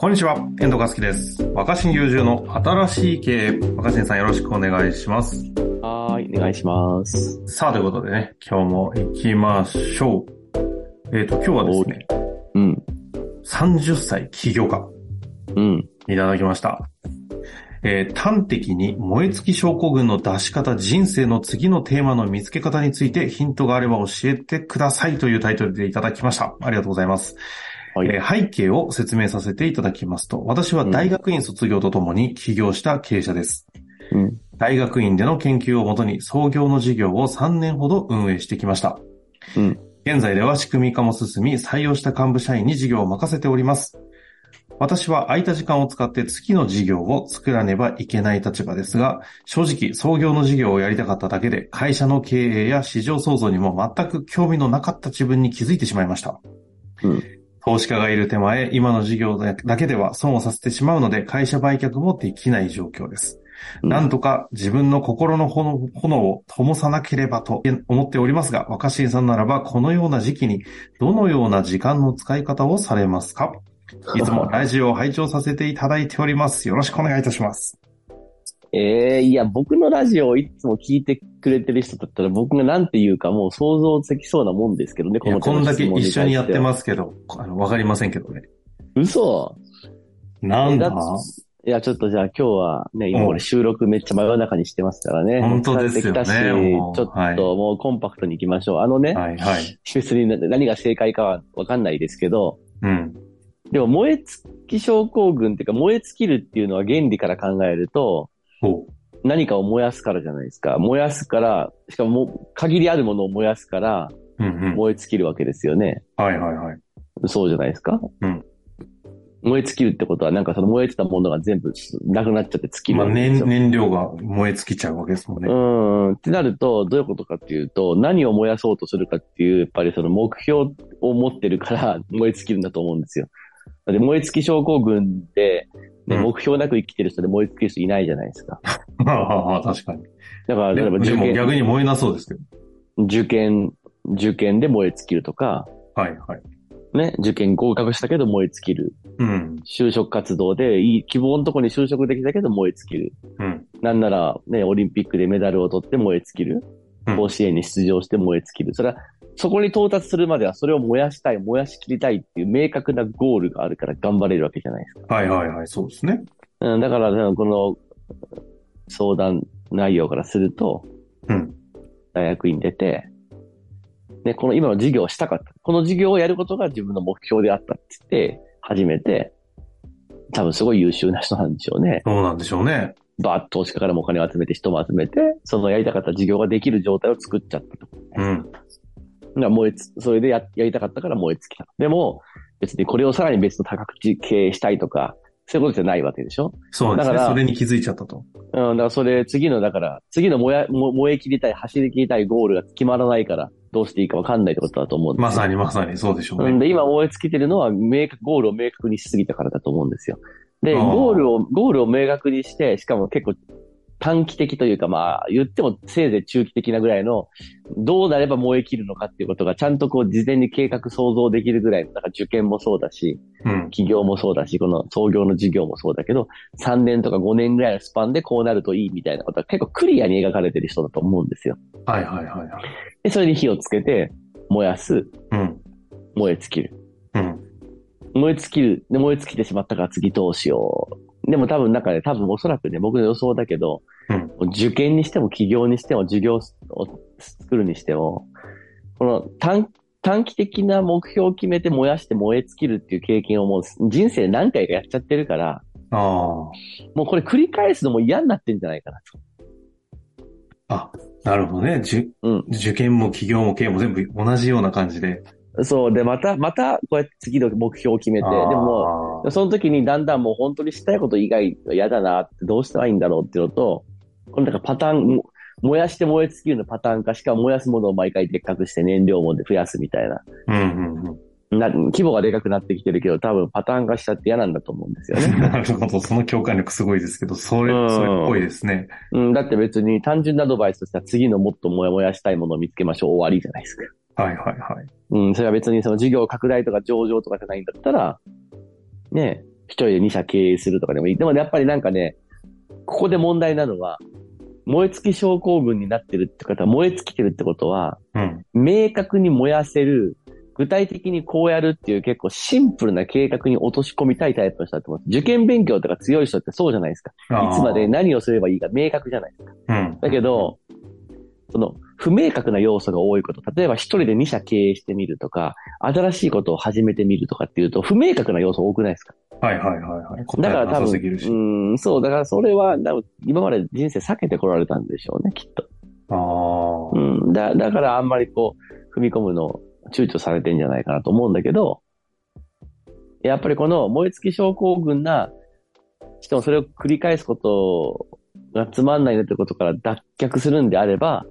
こんにちは、遠藤和樹です。若新友人の新しい経営。若新さんよろしくお願いします。 はい、お願いします。 さあ、ということでね、今日も行きましょう。今日はですね、30歳起業家。いただきました。端的に燃え尽き症候群の出し方、人生の次のテーマの見つけ方についてヒントがあれば教えてくださいというタイトルでいただきました。ありがとうございます。はい、背景を説明させていただきますと、私は大学院卒業とともに起業した経営者です。大学院での研究をもとに創業の事業を3年ほど運営してきました。現在では仕組み化も進み、採用した幹部社員に事業を任せております。私は空いた時間を使って次の事業を作らねばいけない立場ですが、正直創業の事業をやりたかっただけで、会社の経営や市場創造にも全く興味のなかった自分に気づいてしまいました。投資家がいる手前、今の事業だけでは損をさせてしまうので、会社売却もできない状況です。なんとか自分の心の炎を灯さなければと思っておりますが、若新さんならばこのような時期にどのような時間の使い方をされますか？いつもラジオを拝聴させていただいております。よろしくお願いいたします。 いや、僕のラジオをいつも聞いてくれてる人だったら僕が何て言うかもう想像できそうなもんですけどね、 こんだけ一緒にやってますけど、わかりませんけどね。 嘘？ なんだ？ いや、ちょっとじゃあ今日はね、今俺収録めっちゃ真夜中にしてますからね。 本当ですよね。 ちょっともうコンパクトに行きましょう。別に何が正解かはわかんないですけど、でも燃え尽き症候群っていうか燃え尽きるっていうのは原理から考えると、何かを燃やすからじゃないですか。燃やすから、しかも限りあるものを燃やすから、燃え尽きるわけですよね。そうじゃないですか。燃え尽きるってことは、なんかその燃えてたものが全部なくなっちゃって尽きるわけですよ。 燃料が燃え尽きちゃうわけですもんね。 ってなると、どういうことかっていうと、何を燃やそうとするかっていう、やっぱりその目標を持ってるから燃え尽きるんだと思うんですよ。で燃え尽き症候群で、目標なく生きてる人で燃え尽きる人いないじゃないですか。 確かに。 だから、例えばでも逆に燃えなそうですけど。 受験で燃え尽きるとか、受験合格したけど燃え尽きる。就職活動で希望のところに就職できたけど燃え尽きる。なんならね、オリンピックでメダルを取って燃え尽きる。甲子園に出場して燃え尽きる。それは、そこに到達するまではそれを燃やしたい、燃やしきりたいっていう明確なゴールがあるから頑張れるわけじゃないですか。 そうですね。 だから、この相談内容からすると、大学院出て、で、この今の授業をしたかった。この授業をやることが自分の目標であったって言って、始めて、多分すごい優秀な人なんでしょうね。 そうなんでしょうね。 バーッと投資家からもお金を集めて、人も集めて、そのやりたかった授業ができる状態を作っちゃったと。それでやりたかったから燃え尽きた。でも、別にこれをさらに別の多角地経営したいとか、そういうことじゃないわけでしょ？ そうですね。だからそれに気づいちゃったと。 だからそれ、次の燃え切りたい、走り切りたいゴールが決まらないから、どうしていいか分かんないってことだと思うんですよ。 まさにそうでしょうね。 で、今燃え尽きてるのはゴールを明確にしすぎたからだと思うんですよ。で、ゴールを明確にして、しかも結構短期的というか、言ってもせいぜい中期的なぐらいの、どうなれば燃え切るのかっていうことがちゃんとこう事前に計画想像できるぐらい、だから受験もそうだし、起業もそうだし、この創業の事業もそうだけど、3年とか5年ぐらいのスパンでこうなるといいみたいなことは結構クリアに描かれてる人だと思うんですよ。で、それに火をつけて、燃やす。燃え尽きる。燃え尽きてしまったから次どうしよう。でも多分おそらくね、僕の予想だけど、受験にしても起業にしても授業を作るにしても、この短期的な目標を決めて燃やして燃え尽きるっていう経験をもう人生何回かやっちゃってるから、もうこれ繰り返すのも嫌になってんじゃないかなと。 なるほどね。受験も起業も経営も全部同じような感じで。 そう。で、また、こうやって次の目標を決めて、でも、その時にだんだんもう本当にしたいこと以外は嫌だなってどうしたらいいんだろうっていうのと、このパターン、燃やして燃え尽きるのパターン化しか燃やすものを毎回でっかくして燃料も増やすみたいな。規模がでかくなってきてるけど、多分パターン化しちゃって嫌なんだと思うんですよね。 なるほど。その共感力すごいですけど、それっぽいですね。 だって別に単純なアドバイスとしては次のもっと燃やしたいものを見つけましょう。終わりじゃないですか。それは別にその事業拡大とか上場とかじゃないんだったら、ね、 一人で2社経営するとかでもいい。でもやっぱりなんかね、ここで問題なのは、燃え尽き症候群になってるって方は、燃え尽きてるってことは、明確に燃やせる、具体的にこうやるっていう結構シンプルな計画に落とし込みたいタイプの人だと思うんです。受験勉強とか強い人ってそうじゃないですか。いつまで何をすればいいか明確じゃないですか。だけど、その不明確な要素が多いこと、例えば一人で2社経営してみるとか、新しいことを始めてみるとかっていうと、不明確な要素多くないですか？ はい。 だから多分、そう、だからそれは今まで人生避けてこられたんでしょうね、きっと。だからあんまりこう、踏み込むの躊躇されてんじゃないかなと思うんだけど、やっぱりこの燃え尽き症候群な、しかもそれを繰り返すことがつまんないなってことから脱却するんであれば、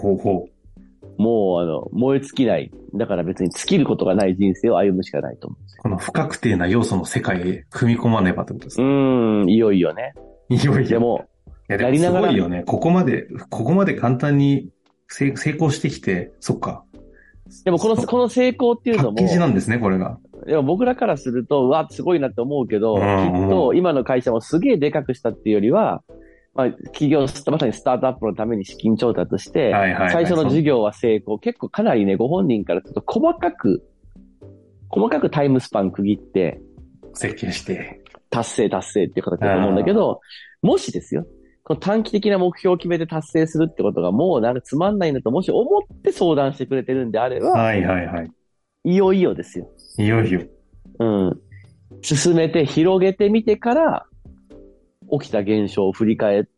もう燃え尽きない。だから別に尽きることがない人生を歩むしかないと思うんですよ。 この不確定な要素の世界へ踏み込まねばってことですか？ いよいよね。 いよいよ。 でも、 やりながら。すごいよね。ここまで簡単に成功してきて、そっか。 でもこの成功っていうのも。 パッケージなんですね、これが。 でも僕らからすると、うわ、すごいなって思うけど、きっと今の会社もすげえでかくしたっていうよりは、企業、まさにスタートアップのために資金調達して、最初の事業は成功。結構かなりね、ご本人からちょっと細かくタイムスパン区切って、 設計して、 達成っていう形だと思うんだけど、もしですよ、この短期的な目標を決めて達成するってことがもうなんかつまんないんだと、もし思って相談してくれてるんであれば、いよいよですよ。 いよいよ。 進めて広げてみてから、起きた現象を振り返って、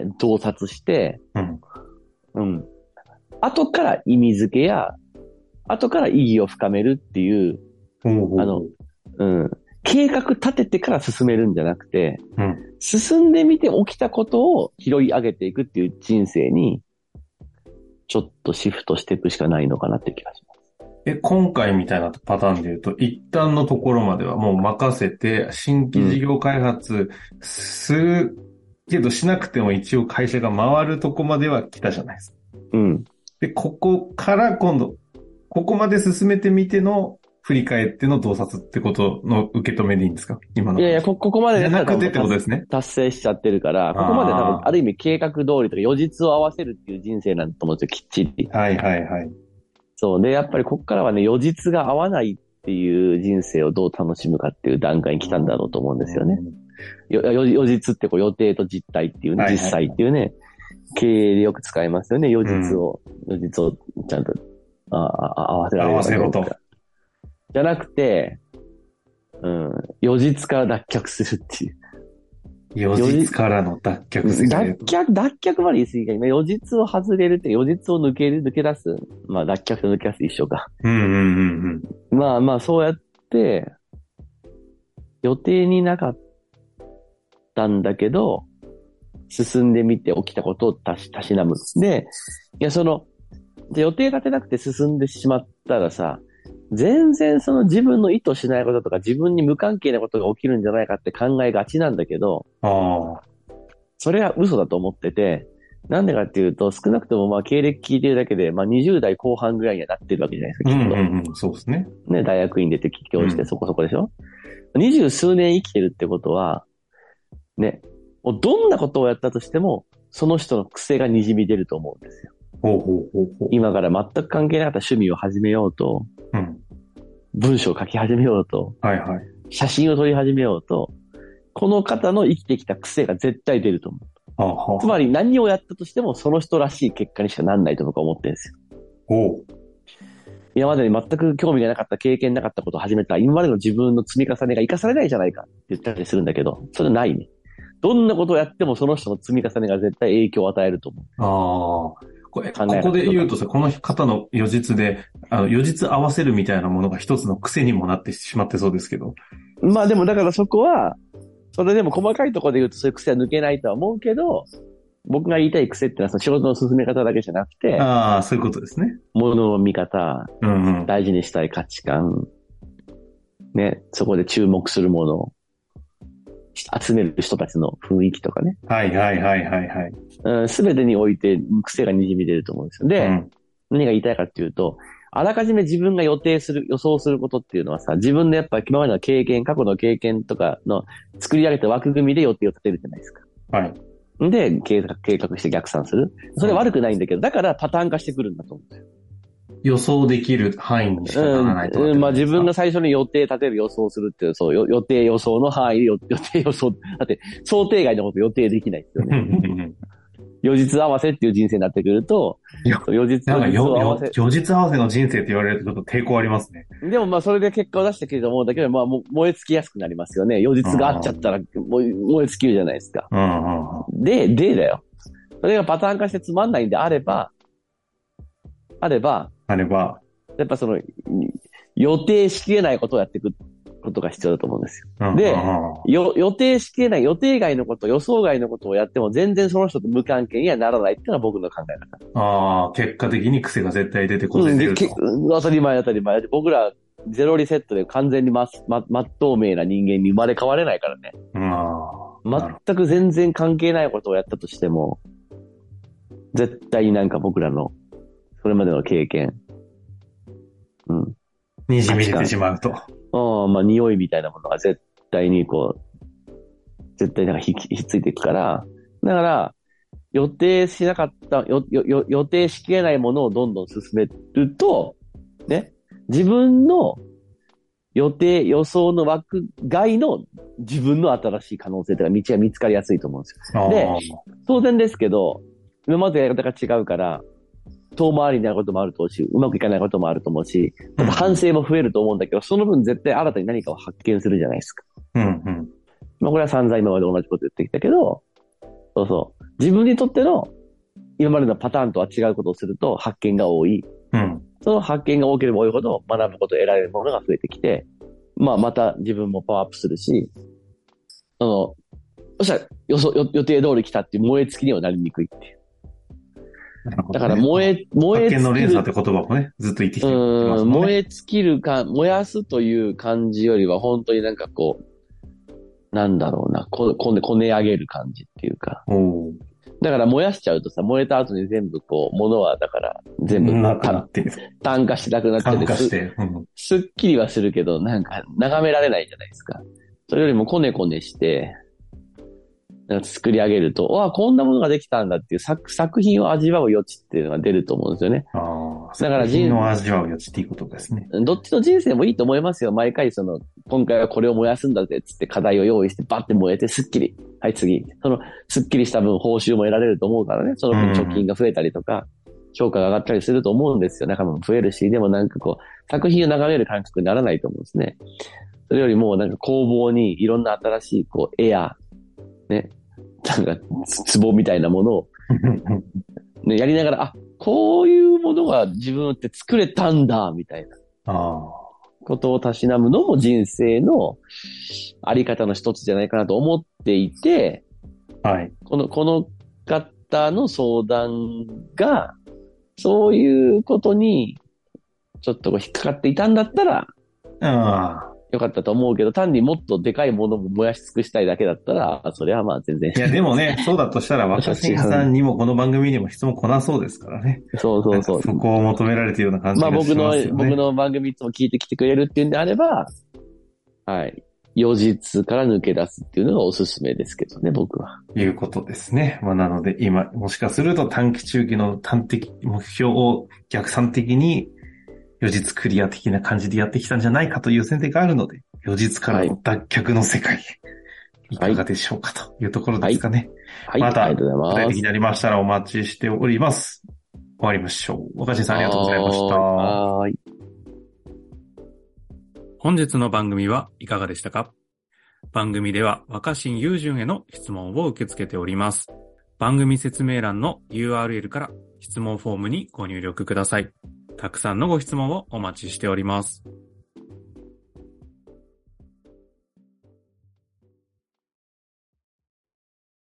洞察して、後から意味付けや、後から意義を深めるっていう、計画立ててから進めるんじゃなくて、進んでみて起きたことを拾い上げていくっていう人生に、ちょっとシフトしていくしかないのかなって気がします。 今回みたいなパターンで言うと、一旦のところまではもう任せて、新規事業開発するけどしなくても一応会社が回るとこまでは来たじゃないですか。で、ここから今度、ここまで進めてみての振り返っての洞察ってことの受け止めでいいんですか？今の。 いや、ここまでじゃなくてってことですね。 達成しちゃってるから、ここまで多分、ある意味計画通りとか、予実を合わせるっていう人生なんだと思うんですよ、きっちり。そう。で、やっぱりここからはね、予実が合わないっていう人生をどう楽しむかっていう段階に来たんだろうと思うんですよね。予実ってこう予定と実態っていうね、実際っていうね、経営でよく使いますよね、予実をちゃんと合わせられるかどうか。じゃなくて、予実から脱却するっていう。 予実からの脱却する。 脱却まで言い過ぎか。今、予実を外れるって、予実を抜け出す。脱却と抜け出す一緒か。そうやって、予定になかったんだけど、進んでみて起きたことをたしなむ。で、予定立てなくて進んでしまったらさ、全然その自分の意図しないこととか自分に無関係なことが起きるんじゃないかって考えがちなんだけど、それは嘘だと思ってて、なんでかっていうと、少なくとも経歴聞いてるだけで、20代後半ぐらいにはなってるわけじゃないですか、きっと。 そうですね。 大学院出て帰郷してそこそこでしょ？ 20 数年生きてるってことは、ね、どんなことをやったとしても、その人の癖が滲み出ると思うんですよ。今から全く関係なかった趣味を始めようと、文章を書き始めようと、写真を撮り始めようと、この方の生きてきた癖が絶対出ると思う。つまり何をやったとしてもその人らしい結果にしかなんないと僕は思ってるんですよ。今までに全く興味がなかった、経験なかったことを始めた、今までの自分の積み重ねが生かされないじゃないかって言ったりするんだけど、それはないね。どんなことをやってもその人の積み重ねが絶対影響を与えると思う。 ここで言うとさ、この方の予実で、予実合わせるみたいなものが一つの癖にもなってしまってそうですけど。 でもだからそこは、それでも細かいところで言うとそういう癖は抜けないとは思うけど、僕が言いたい癖ってのはその仕事の進め方だけじゃなくて、 そういうことですね。 物の見方、大事にしたい価値観、ね、そこで注目するもの、集める人たちの雰囲気とかね。すべてにおいて癖が滲み出ると思うんですよ。で、何が言いたいかっていうと、 あらかじめ自分が予想することっていうのはさ、自分のやっぱ今までの経験、過去の経験とかの作り上げた枠組みで予定を立てるじゃないですか。 はい。 で、計画して逆算する。それは悪くないんだけど、だからパターン化してくるんだと思うんですよ。 予想できる範囲にしかならないと。 まあ自分が最初に予定立てる予想するっていう、そう、予定予想の範囲で予定予想、だって想定外のこと予定できないですよね。予日合わせっていう人生になってくると、 予日合わせの人生って言われるとちょっと抵抗ありますね。 でもまあそれで結果を出してくると思うんだけど、まあ燃え尽きやすくなりますよね。予日があっちゃったら燃え尽きるじゃないですか。でだよ。それがパターン化してつまんないんであれば、やっぱその、予定しきれないことをやっていくことが必要だと思うんですよ。で、予定しきれない、予定外のこと、予想外のことをやっても全然その人と無関係にはならないっていうのが僕の考え方。結果的に癖が絶対出てこず出ると。 当たり前。僕らゼロリセットで完全に真っ透明な人間に生まれ変われないからね。全く全然関係ないことをやったとしても、絶対になんか僕らのそれまでの経験、 にじみ出てしまうと。 まあ匂いみたいなものが絶対に絶対なんかひっついていくから、だから予定しなかった予定しきれないものをどんどん進めるとね、自分の予想の枠外の自分の新しい可能性とか道が見つかりやすいと思うんですよ。で、当然ですけど、今までやり方が違うから、遠回りになることもあると思うし、うまくいかないこともあると思うし、反省も増えると思うんだけど、その分絶対新たに何かを発見するじゃないですか。まあこれは散々今まで同じこと言ってきたけど、自分にとっての今までのパターンとは違うことをすると発見が多い。その発見が多ければ多いほど学ぶこと、得られるものが増えてきて、まあまた自分もパワーアップするし、そしたら予定通り来たっていう燃え尽きにはなりにくいっていう。だから燃え尽きる。 発見の連鎖って言葉もね、ずっと言ってきてますもんね。 燃え尽きるか、燃やすという感じよりは本当になんかなんだろうな、こね上げる感じっていうか。だから燃やしちゃうとさ、燃えた後に全部物はだから全部炭化してなくなっちゃって、すっきりはするけど、なんか眺められないじゃないですか。それよりもこねこねして、なんか作り上げると、こんなものができたんだっていう作品を味わう余地っていうのが出ると思うんですよね。 だから作品を味わう余地っていうことですね。 どっちの人生もいいと思いますよ。毎回今回はこれを燃やすんだぜっつって課題を用意してバッて燃えてスッキリ。はい、次。スッキリした分報酬も得られると思うからね。その分貯金が増えたりとか、評価が上がったりすると思うんですよ。仲間も増えるし、でもなんか作品を眺める感覚にならないと思うんですね。それよりもなんか工房にいろんな新しい絵や、ね、なんか壺みたいなものを、ね、やりながら、こういうものが自分って作れたんだ、みたいなことをたしなむのも人生のあり方の一つじゃないかなと思っていて、この方の相談が、そういうことにちょっと引っかかっていたんだったら、よかったと思うけど、単にもっとでかいものも燃やし尽くしたいだけだったら、それはまあ全然。 いや、でもね、そうだとしたら、若新さんにもこの番組にも質問来なそうですからね。 そう。 そこを求められているような感じがしますよね。 僕の番組いつも聞いてきてくれるっていうんであれば、はい。予日から抜け出すっていうのがおすすめですけどね、僕は。 いうことですね。まあなので今、もしかすると短期中期の端的目標を逆算的に予日クリア的な感じでやってきたんじゃないかという先生があるので、予日からの脱却の世界へ、いかがでしょうかというところですかね。また、具体的になりましたらお待ちしております。終わりましょう。若新さんありがとうございました。本日の番組はいかがでしたか？番組では若新雄純への質問を受け付けております。番組説明欄の URL から質問フォームにご入力ください。たくさんのご質問をお待ちしております。